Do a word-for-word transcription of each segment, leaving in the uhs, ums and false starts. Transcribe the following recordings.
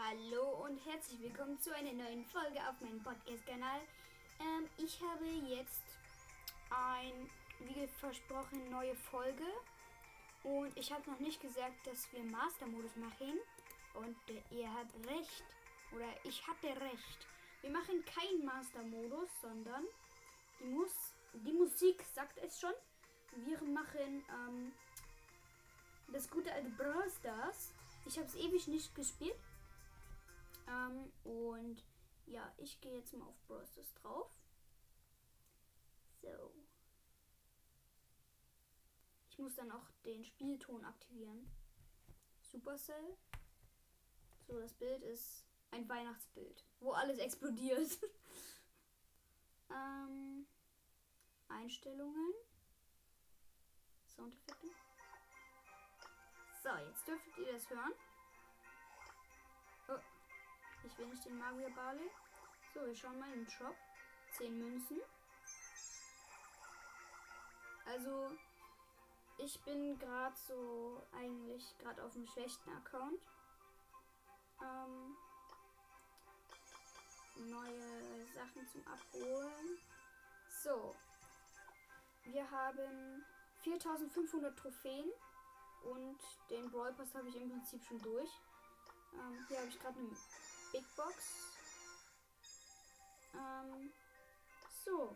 Hallo und herzlich willkommen zu einer neuen Folge auf meinem Podcast-Kanal. Ähm, ich habe jetzt ein, wie versprochen, neue Folge. Und ich habe noch nicht gesagt, dass wir Master-Modus machen. Und äh, ihr habt recht. Oder ich hatte recht. Wir machen keinen Master-Modus, sondern die, Mus die Musik sagt es schon. Wir machen ähm, das gute alte Brawl Stars. Ich habe es ewig nicht gespielt. Ähm, und ja, ich gehe jetzt mal auf Brawl Stars drauf. So. Ich muss dann auch den Spielton aktivieren. Supercell. So, das Bild ist ein Weihnachtsbild, wo alles explodiert. ähm, Einstellungen. Soundeffekte. So, jetzt dürftet ihr das hören. Oh, ich will nicht den Magier Barley. So, wir schauen mal in den Shop. zehn Münzen. Also, ich bin gerade so eigentlich gerade auf dem schlechten Account. Ähm, neue Sachen zum Abholen. So, wir haben viertausendfünfhundert Trophäen und den Brawl Pass habe ich im Prinzip schon durch. Ähm, hier habe ich gerade eine Big Box. Ähm, so.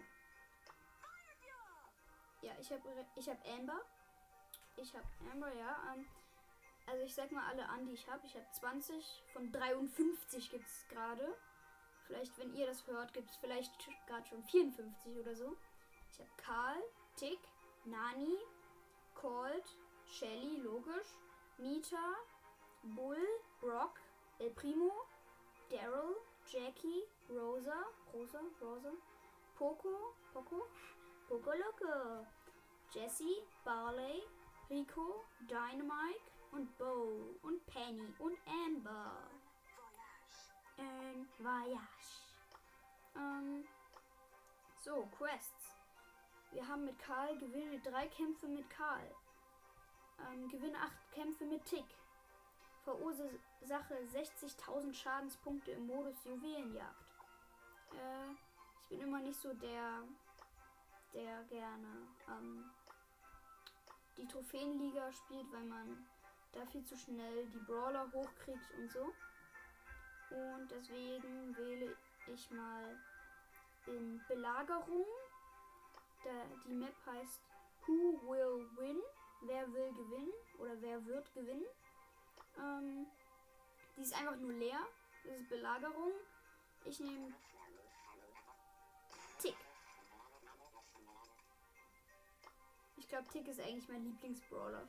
Ja, ich habe ich hab Amber. Ich habe Amber, ja. Ähm, also ich sag mal alle an, die ich habe. Ich habe zwanzig von dreiundfünfzig gibt es gerade. Vielleicht, wenn ihr das hört, gibt es vielleicht gerade schon vierundfünfzig oder so. Ich habe Karl, Tick, Nani, Colt, Shelly, logisch, Nita, Bull, Brock, El Primo, Daryl, Jackie, Rosa, Rosa, Rosa, Poco, Poco, Poco Loco, Jessie, Barley, Rico, Dynamite und Bo und Penny und Amber. Ähm, Voyage. Ähm, so, Quests. Wir haben mit Karl, gewinne drei Kämpfe mit Karl. Ähm, gewinne acht Kämpfe mit Tick. Verursache sechzigtausend Schadenspunkte im Modus Juwelenjagd. Äh, ich bin immer nicht so der, der gerne ähm, die Trophäenliga spielt, weil man da viel zu schnell die Brawler hochkriegt und so. Und deswegen wähle ich mal in Belagerung. Da, die Map heißt Who Will Win? Wer will gewinnen? Oder wer wird gewinnen? Ähm, die ist einfach nur leer. Das ist Belagerung. Ich nehme Tick. Ich glaube, Tick ist eigentlich mein Lieblingsbrawler.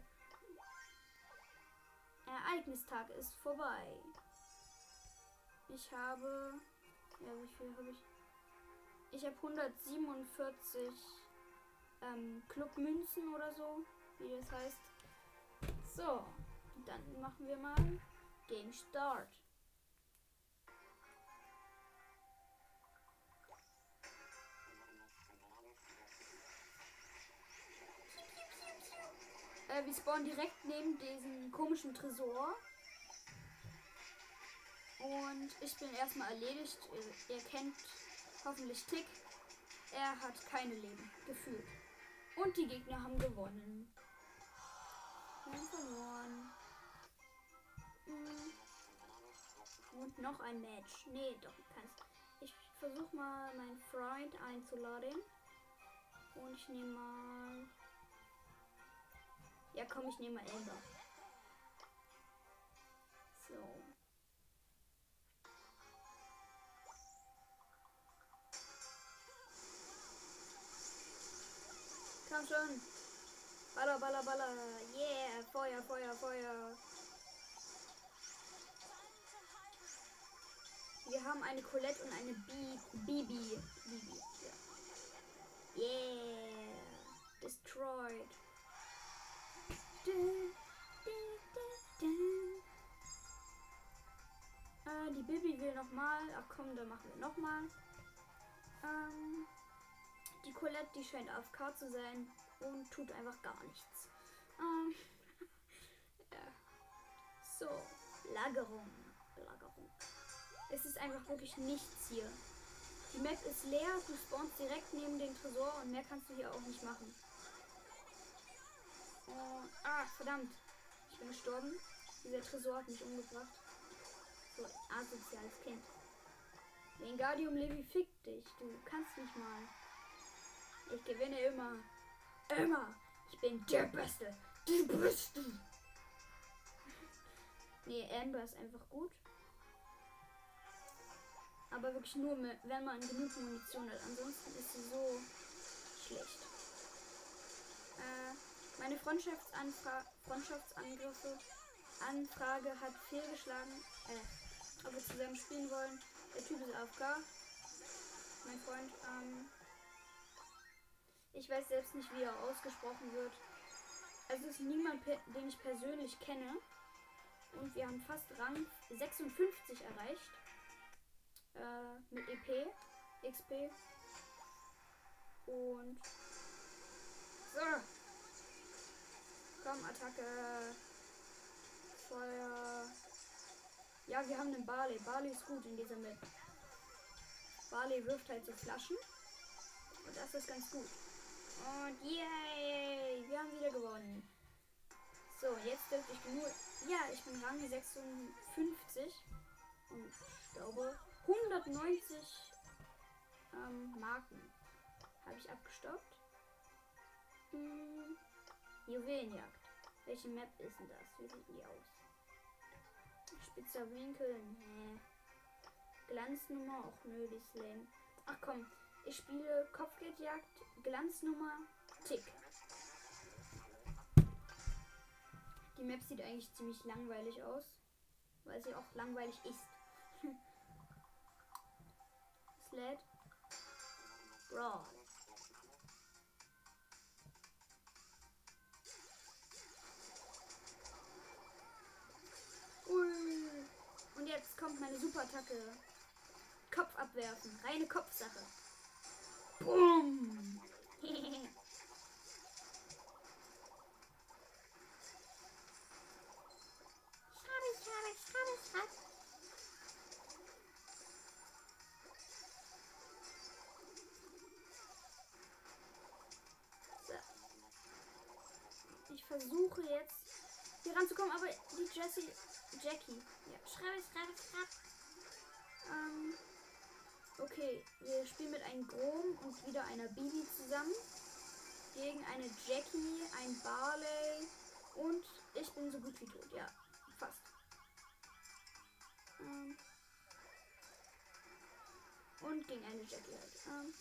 Ereignistag ist vorbei. Ich habe... Ja, wie viel habe ich? Ich habe hundertsiebenundvierzig ähm, Clubmünzen oder so, wie das heißt. So, dann machen wir mal Game Start. Äh, wir spawnen direkt neben diesem komischen Tresor. Und ich bin erstmal erledigt. Ihr, ihr kennt hoffentlich Tick. Er hat keine Leben, gefühlt. Und die Gegner haben gewonnen. Wir haben verloren. Und noch ein Match. Nee, doch keins. Ich versuche mal meinen Freund einzuladen. Und ich nehme mal... Ja komm, ich nehme mal Amber. So. Komm schon. Baller, baller, baller. Yeah. Feuer, Feuer, Feuer. Wir haben eine Colette und eine Bi Bibi. Bibi, ja. Yeah. Destroyed. Dun, dun, dun, dun. Äh, die Bibi will nochmal. Ach komm, dann machen wir nochmal. Ähm, die Colette, die scheint A F K zu sein und tut einfach gar nichts. Ähm, ja. So, Lagerung. Lagerung. Es ist einfach wirklich nichts hier. Die Map ist leer, du spawnst direkt neben dem Tresor und mehr kannst du hier auch nicht machen. Oh, ah, verdammt. Ich bin gestorben. Dieser Tresor hat mich umgebracht. So ein asoziales Kind. Wingardium Levi, fick dich. Du kannst nicht mal. Ich gewinne immer. Immer. Ich bin der Beste. Der Beste. Nee, Amber ist einfach gut. Aber wirklich nur, wenn man genug Munition hat. Ansonsten ist sie so schlecht. Äh, meine Freundschaftsanfra Freundschaftsangriffe Anfrage hat fehlgeschlagen. Äh, ob wir zusammen spielen wollen. Der Typ ist A F K. Mein Freund, ähm, ich weiß selbst nicht, wie er ausgesprochen wird. Also es ist niemand, den ich persönlich kenne. Und wir haben fast Rang sechsundfünfzig erreicht. Äh, mit E P, X P. Und so. Komm, Attacke. Feuer. Ja, wir haben einen Barley. Barley ist gut in dieser Map. Barley wirft halt so Flaschen. Und das ist ganz gut. Und yay! Wir haben wieder gewonnen. So, jetzt dürfte ich nur. Ja, ich bin Rang sechsundfünfzig. Und ich glaube hundertneunzig ähm, Marken habe ich abgestoppt. Hm, Juwelenjagd. Welche Map ist denn das? Wie sieht die aus? Spitzer Winkel. Nee. Glanznummer. Och nö, die ist lame. Ach komm. Ich spiele Kopfgeldjagd. Glanznummer. Tick. Die Map sieht eigentlich ziemlich langweilig aus. Weil sie auch langweilig ist. Sled. Brawl. Ui. Und jetzt kommt meine Superattacke. Kopf abwerfen. Reine Kopfsache. Boom. Schade, schade, schade, schade. So. Ich versuche jetzt hier ranzukommen, aber die Jessie, Jackie. Ja, schreibe, schreibe, schreibe. Ähm, okay, wir spielen mit einem Grom und wieder einer Bibi zusammen. Gegen eine Jackie, ein Barley und ich bin so gut wie tot. Ja, fast. Ähm, und gegen eine Jackie halt. Ähm,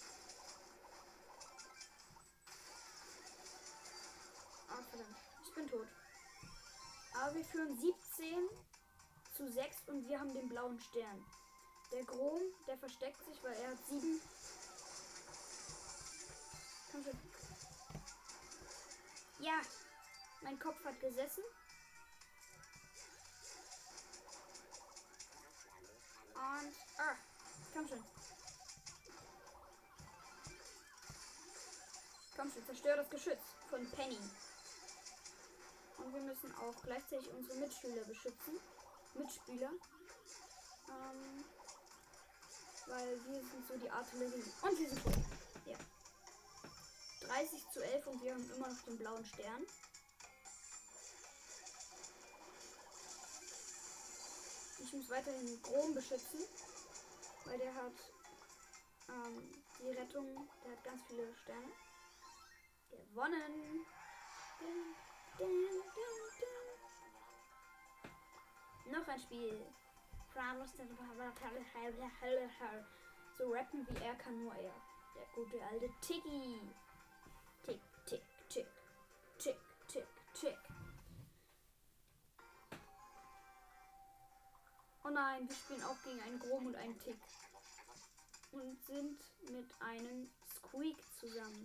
oh, verdammt. Ich bin tot. Aber wir führen siebzehn zu sechs und wir haben den blauen Stern. Der Grom, der versteckt sich, weil er hat sieben. Komm schon. Ja, mein Kopf hat gesessen. Und, ah, komm schon. Komm schon, zerstör das Geschütz von Penny. Und wir müssen auch gleichzeitig unsere Mitschüler beschützen. Mitspieler. Ähm, weil wir sind so die Artillerie. Und wir sind tot. Ja. dreißig zu elf und wir haben immer noch den blauen Stern. Ich muss weiterhin Grom beschützen. Weil der hat ähm, die Rettung. Der hat ganz viele Sterne. Gewonnen. Dun, dun, dun, dun. Noch ein Spiel. So rappen wie er kann nur er. Der gute alte Tiggy. Tick, tick, tick. Tick, tick, tick. Oh nein, wir spielen auch gegen einen Grom und einen Tick. Und sind mit einem Squeak zusammen.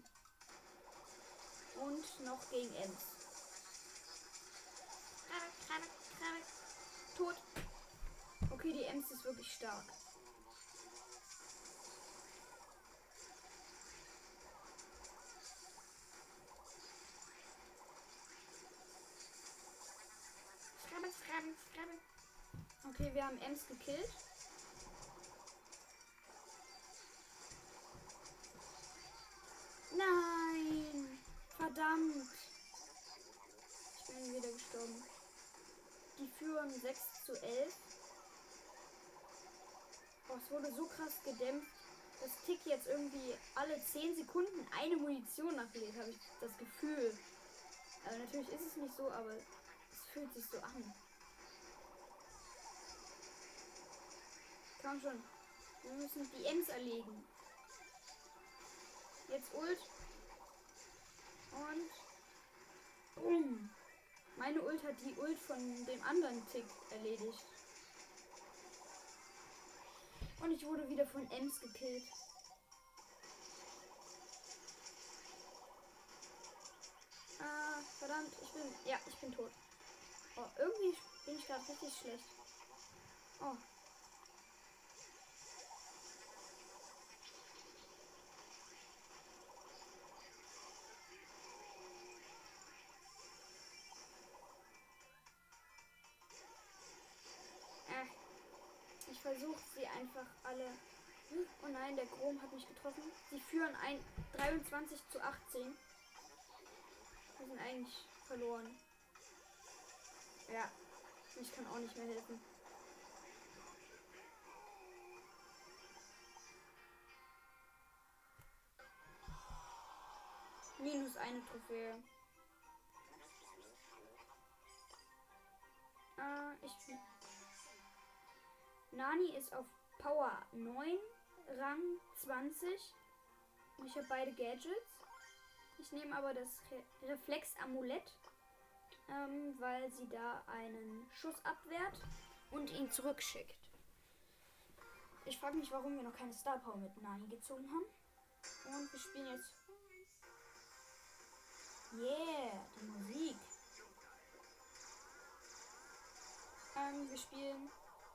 Und noch gegen Ems. Tot. Okay, die Ems ist wirklich stark. Okay, wir haben Ems gekillt. Nein! Verdammt! Ich bin wieder gestorben. Die führen sechs zu elf. Oh, es wurde so krass gedämpft, dass Tick jetzt irgendwie alle zehn Sekunden eine Munition nachlädt, habe ich das Gefühl. Also natürlich ist es nicht so, aber es fühlt sich so an. Komm schon. Wir müssen die Ems erlegen. Jetzt Ult. Und. Boom. Meine Ult hat die Ult von dem anderen Tick erledigt. Und ich wurde wieder von Ems gekillt. Ah, verdammt, ich bin. Ja, ich bin tot. Oh, irgendwie bin ich gerade richtig schlecht. Oh. Ich versuche sie einfach alle. Oh nein, der Grom hat mich getroffen. Sie führen ein dreiundzwanzig zu achtzehn. Wir sind eigentlich verloren. Ja, ich kann auch nicht mehr helfen. Minus eine Trophäe. Äh, ich. Nani ist auf Power neun, Rang zwanzig. Und ich habe beide Gadgets. Ich nehme aber das Re Reflex-Amulett, ähm, weil sie da einen Schuss abwehrt und ihn zurückschickt. Ich frage mich, warum wir noch keine Star Power mit Nani gezogen haben. Und wir spielen jetzt. Yeah, die Musik. Ähm, wir spielen.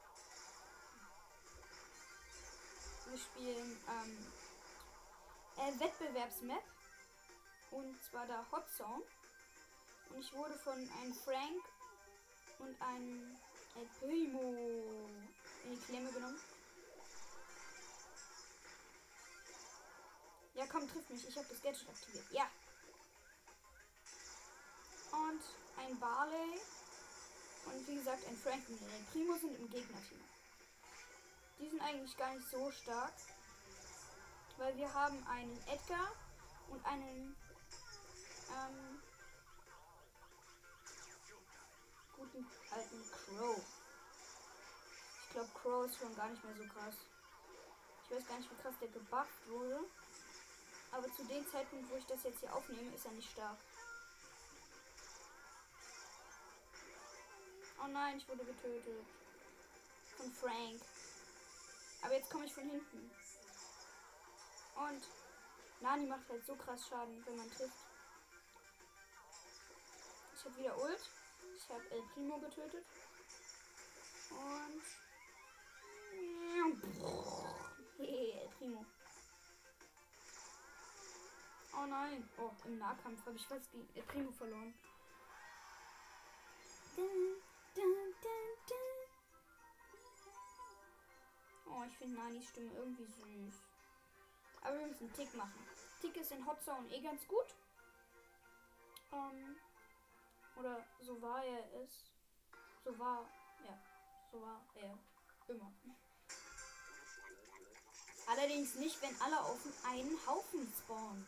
Wir spielen ähm, äh, Wettbewerbsmap. Und zwar da Hot Zone. Und ich wurde von einem Frank und einem El Primo in die Klemme genommen. Ja, komm, triff mich. Ich habe das Gadget aktiviert. Ja. Und ein Barley. Und wie gesagt, ein Frank und ein El Primo sind im Gegnerteam. Die sind eigentlich gar nicht so stark. Weil wir haben einen Edgar und einen ähm, guten alten Crow. Ich glaube, Crow ist schon gar nicht mehr so krass. Ich weiß gar nicht, wie krass der gebufft wurde. Aber zu dem Zeitpunkt, wo ich das jetzt hier aufnehme, ist er nicht stark. Oh nein, ich wurde getötet. Von Frank. Aber jetzt komme ich von hinten. Und Nani macht halt so krass Schaden, wenn man trifft. Ich habe wieder Ult. Ich habe El Primo getötet. Und... Hey, El Primo. Oh nein. Oh, im Nahkampf habe ich fast gegen El Primo verloren. Oh, ich finde Nanis Stimme irgendwie süß. Aber wir müssen Tick machen. Tick ist in Hot Zone eh ganz gut. Ähm, oder so war er es. So war, ja, so war er immer. Allerdings nicht, wenn alle auf einen Haufen spawnen.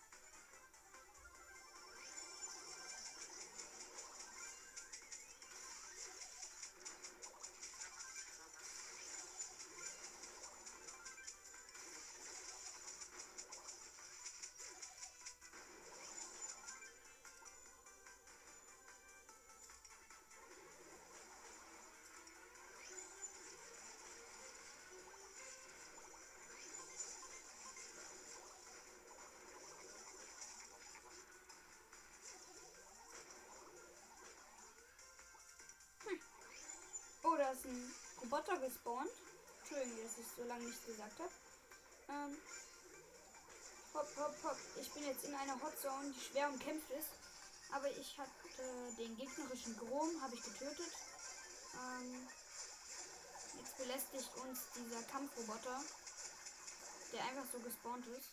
Oh, da ist ein Roboter gespawnt. Entschuldigung, dass ich so lange nicht gesagt habe. Ähm, hopp, hopp, hopp. Ich bin jetzt in einer Hotzone, die schwer umkämpft ist. Aber ich hatte den gegnerischen Grom, habe ich getötet. Ähm, Jetzt belästigt uns dieser Kampfroboter, der einfach so gespawnt ist.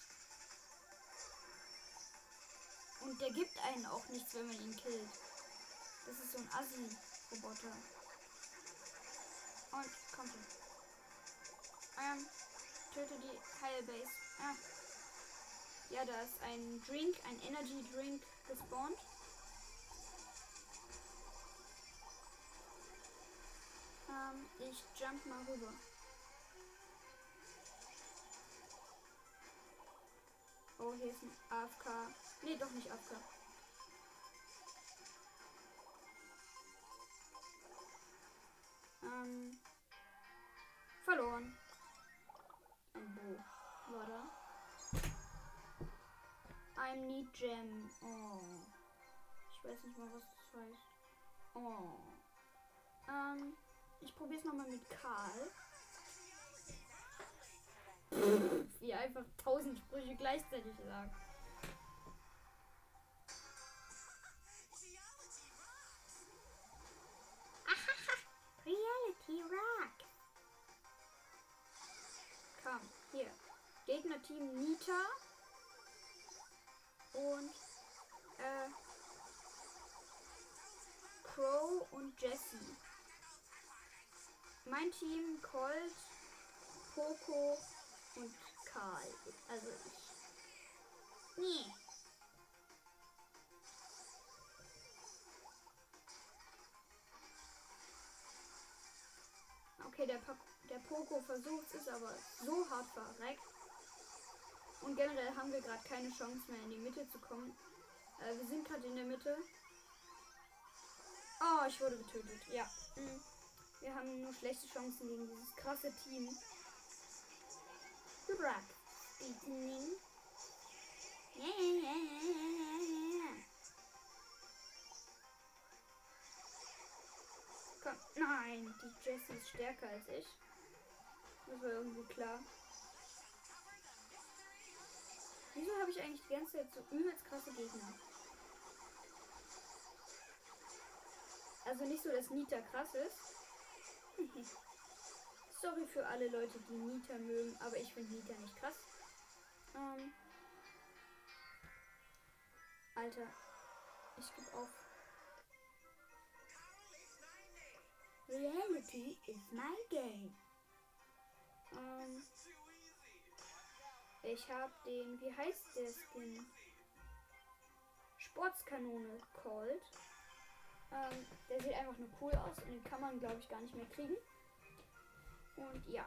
Und der gibt einen auch nichts, wenn man ihn killt. Das ist so ein Assi-Roboter. Und kommt hin. Ähm, töte die Heilbase. Ah. Ja, da ist ein Drink, ein Energy Drink gespawnt. Ähm, ich jump mal rüber. Oh, hier ist ein A F K. Nee, doch nicht A F K. Ähm, verloren. Ein Bo war da. I'm need gem. Oh. Ich weiß nicht mal, was das heißt. Oh. Ähm, ich probier's nochmal mit Karl. Wie er einfach tausend Sprüche gleichzeitig sagt. Reality Rock. Komm, hier. Gegnerteam Nita. Und äh, Crow und Jesse. Mein Team Colt, Poco und Karl. Also ich. Nee. Okay, der, pa der Poco versucht es, aber so hart verreckt. Und generell haben wir gerade keine Chance mehr in die Mitte zu kommen. Äh, wir sind gerade in der Mitte. Oh, ich wurde getötet. Ja. Mhm. Wir haben nur schlechte Chancen gegen dieses krasse Team. Drack. Eating. Yeah, yeah, yeah, yeah. Komm. Nein, die Jessie ist stärker als ich. Das war irgendwie klar. Wieso habe ich eigentlich die ganze Zeit so übelst krasse Gegner? Also nicht so, dass Nita krass ist. Sorry für alle Leute, die Nita mögen, aber ich finde Nita nicht krass. Ähm Alter, ich gebe auf. Reality is my game. Ähm ich habe den, wie heißt der Skin? Sportskanone Colt. Ähm, der sieht einfach nur cool aus und den kann man, glaube ich, gar nicht mehr kriegen. Und ja.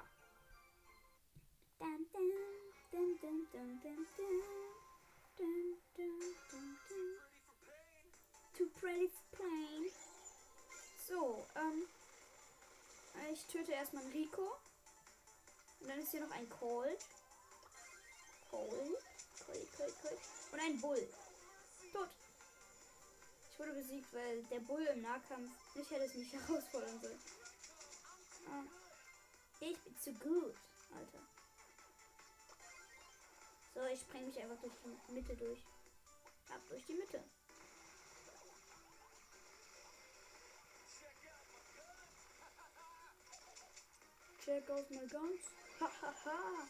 Dun, dun, dun, dun, dun, dun, dun, dun, dun, dun. Too pretty for plain. So, ähm. Ich töte erstmal einen Rico. Und dann ist hier noch ein Colt. Colt. Colt, Colt, Colt. Und ein Bull. Tot. Ich wurde besiegt, weil der Bull im Nahkampf nicht hätte es mich herausfordern sollen. Ah. Ich bin zu gut, Alter. So, ich spreng mich einfach durch die Mitte durch. Ab durch die Mitte. Check out my guns. Hahaha.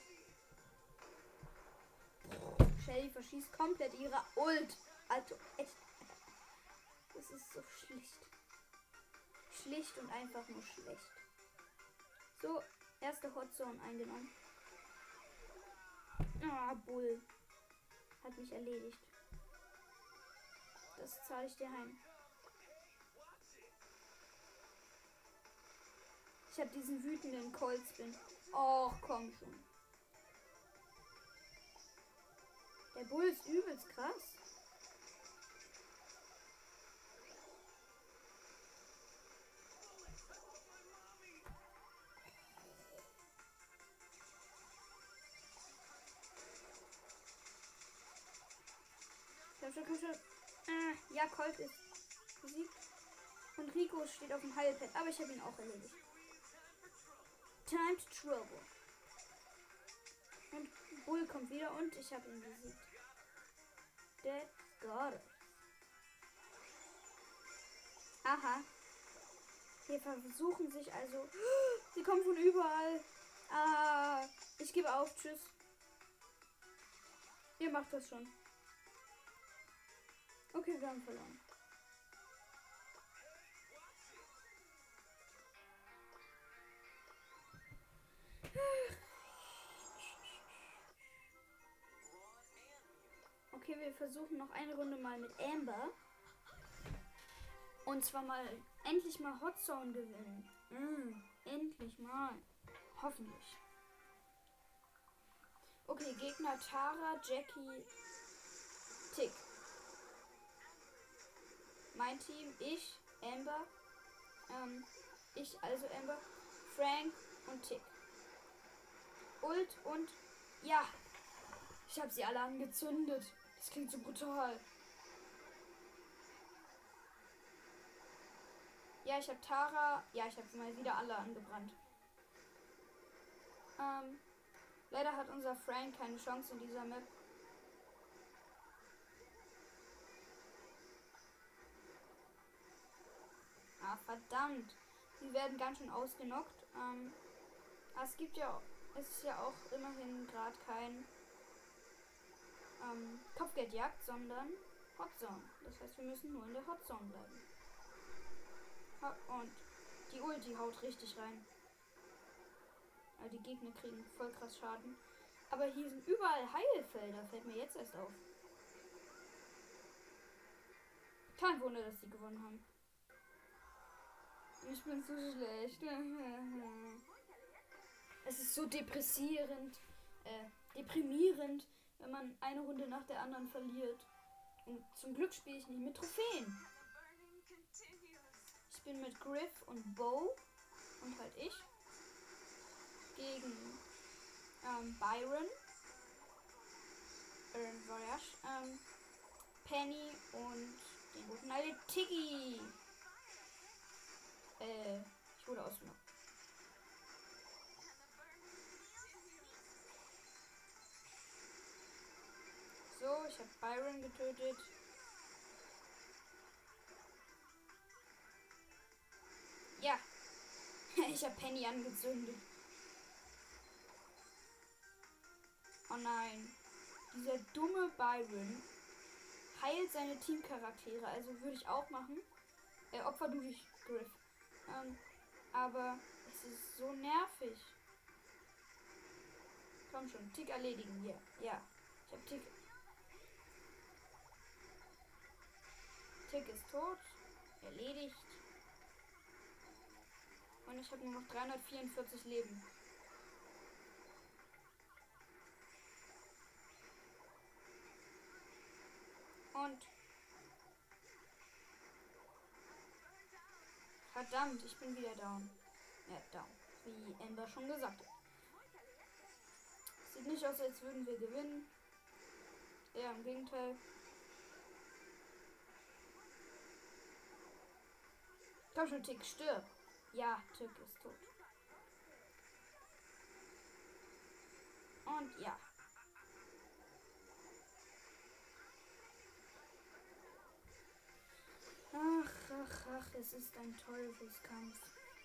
Shelly verschießt komplett ihre Ult. Also echt. Das ist so schlicht. Schlicht und einfach nur schlecht. So, erste Hotzone eingenommen. Ah, Bull. Hat mich erledigt. Das zahle ich dir heim. Ich habe diesen wütenden Colt-Spin. Och, komm schon. Der Bull ist übelst krass. Komm schon, komm schon. Äh, ja, Colt ist besiegt. Und Rico steht auf dem Heilpad, aber ich habe ihn auch erledigt. Time to trouble. Und Bull kommt wieder und ich habe ihn besiegt. Dead God. Aha. Wir versuchen sich also. Sie kommen von überall. Ah, ich gebe auf. Tschüss. Ihr macht das schon. Okay, wir haben verloren. Okay, wir versuchen noch eine Runde mal mit Amber. Und zwar mal endlich mal Hot Zone gewinnen. Mm, endlich mal. Hoffentlich. Okay, Gegner Tara, Jackie, Tick. Mein Team, ich, Amber, ähm, ich also Amber, Frank und Tick. Ult und ja, ich habe sie alle angezündet. Das klingt so brutal. Ja, ich habe Tara, ja, ich habe mal wieder alle angebrannt. Ähm, leider hat unser Frank keine Chance in dieser Map. Ah, verdammt. Die werden ganz schön ausgenockt. Ähm, aber es gibt ja, es ist ja auch immerhin gerade kein ähm, Kopfgeldjagd, sondern Hotzone. Das heißt, wir müssen nur in der Hotzone bleiben. Und die Ulti haut richtig rein. Also die Gegner kriegen voll krass Schaden. Aber hier sind überall Heilfelder, fällt mir jetzt erst auf. Kein Wunder, dass sie gewonnen haben. Ich bin so schlecht. Es ist so depressierend, äh, deprimierend, wenn man eine Runde nach der anderen verliert. Und zum Glück spiele ich nicht mit Trophäen. Ich bin mit Griff und Bo und halt ich gegen ähm, Byron, äh, Voyage, ähm, Penny und den guten alten Tiggy. Äh, ich wurde ausgenockt. So, ich habe Byron getötet. Ja, ich habe Penny angezündet. Oh nein. Dieser dumme Byron heilt seine Teamcharaktere. Also würde ich auch machen. Äh, opfer du dich, Griff. Ähm, aber es ist so nervig. Komm schon, Tick erledigen hier. Ja, ich hab Tick. Tick ist tot. Erledigt. Und ich habe nur noch dreihundertvierundvierzig Leben. Und verdammt, ich bin wieder down. Ja, down. Wie Amber schon gesagt hat. Sieht nicht aus, als würden wir gewinnen. Eher im Gegenteil. Komm schon, Tick, stirb. Ja, Tick ist tot. Und ja. Ach, ach, ach, es ist ein Teufelskampf.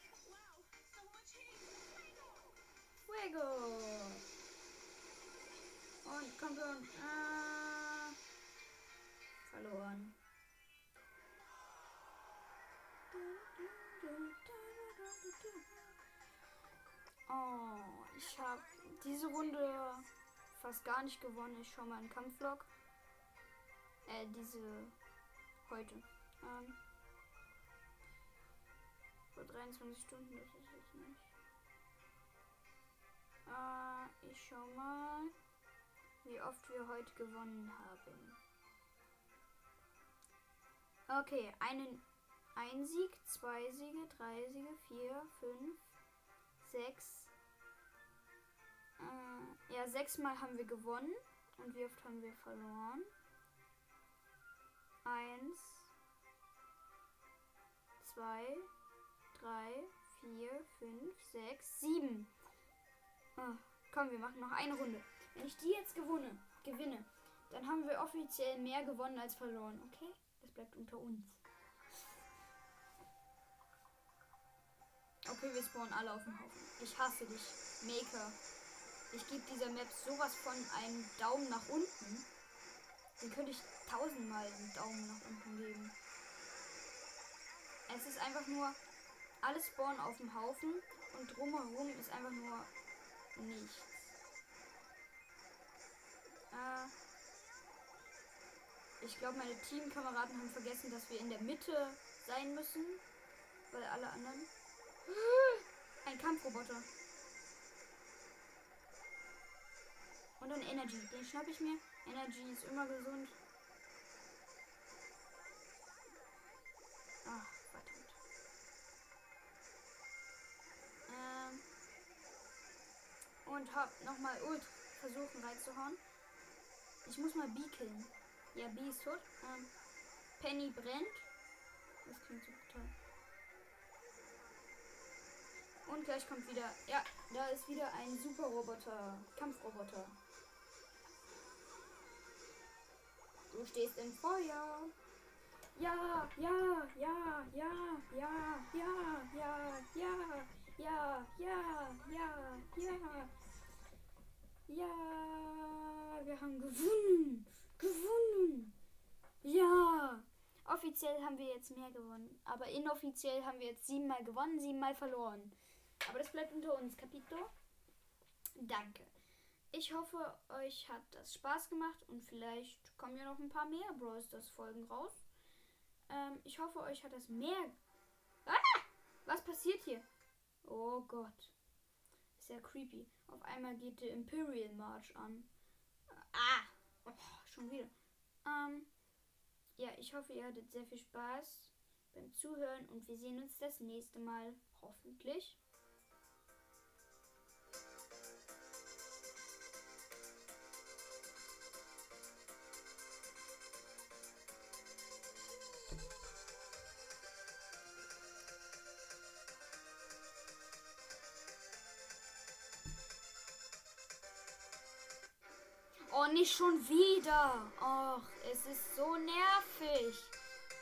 Fuego! Und kommt schon. Ah, verloren. Oh, ich habe diese Runde fast gar nicht gewonnen. Ich schaue mal einen Kampfvlog. Äh, diese heute. Ähm, vor dreiundzwanzig Stunden, das ist jetzt nicht. Äh, ich schau mal, wie oft wir heute gewonnen haben. Okay, einen, ein Sieg, zwei Siege, drei Siege, vier, fünf, sechs. Äh, ja, sechsmal haben wir gewonnen. Und wie oft haben wir verloren? Eins, zwei, drei, vier, fünf, sechs, sieben. Oh, komm, wir machen noch eine Runde. Wenn ich die jetzt gewinne, gewinne, dann haben wir offiziell mehr gewonnen als verloren. Okay? Das bleibt unter uns. Okay, wir spawnen alle auf dem Haufen. Ich hasse dich, Maker. Ich gebe dieser Map sowas von einem Daumen nach unten. Den könnte ich tausendmal einen Daumen nach unten geben. Es ist einfach nur, alles spawnen auf dem Haufen und drumherum ist einfach nur nichts. Äh, ich glaube, meine Teamkameraden haben vergessen, dass wir in der Mitte sein müssen, weil alle anderen... Ein Kampfroboter. Und dann Energy. Den schnapp ich mir. Energy ist immer gesund. Ach, verdammt. Ähm. Und hab nochmal Ult versuchen reinzuhauen. Ich muss mal B killen. Ja, B ist tot. Ähm. Penny brennt. Das klingt so toll. Und gleich kommt wieder... Ja, da ist wieder ein Superroboter. Kampfroboter. Du stehst im Feuer. Ja, ja, ja, ja, ja, ja, ja, ja, ja, ja, ja, ja. Ja, wir haben gewonnen. Gewonnen. Ja. Offiziell haben wir jetzt mehr gewonnen. Aber inoffiziell haben wir jetzt siebenmal gewonnen, siebenmal verloren. Aber das bleibt unter uns, Capito. Danke. Ich hoffe, euch hat das Spaß gemacht und vielleicht kommen ja noch ein paar mehr Brawl Stars Folgen raus. Ähm, ich hoffe, euch hat das mehr... Ah! Was passiert hier? Oh Gott. Ist ja creepy. Auf einmal geht der Imperial March an. Ah! Oh, schon wieder. Ähm, ja, ich hoffe, ihr hattet sehr viel Spaß beim Zuhören und wir sehen uns das nächste Mal. Hoffentlich. Oh, nicht schon wieder. Och, es ist so nervig.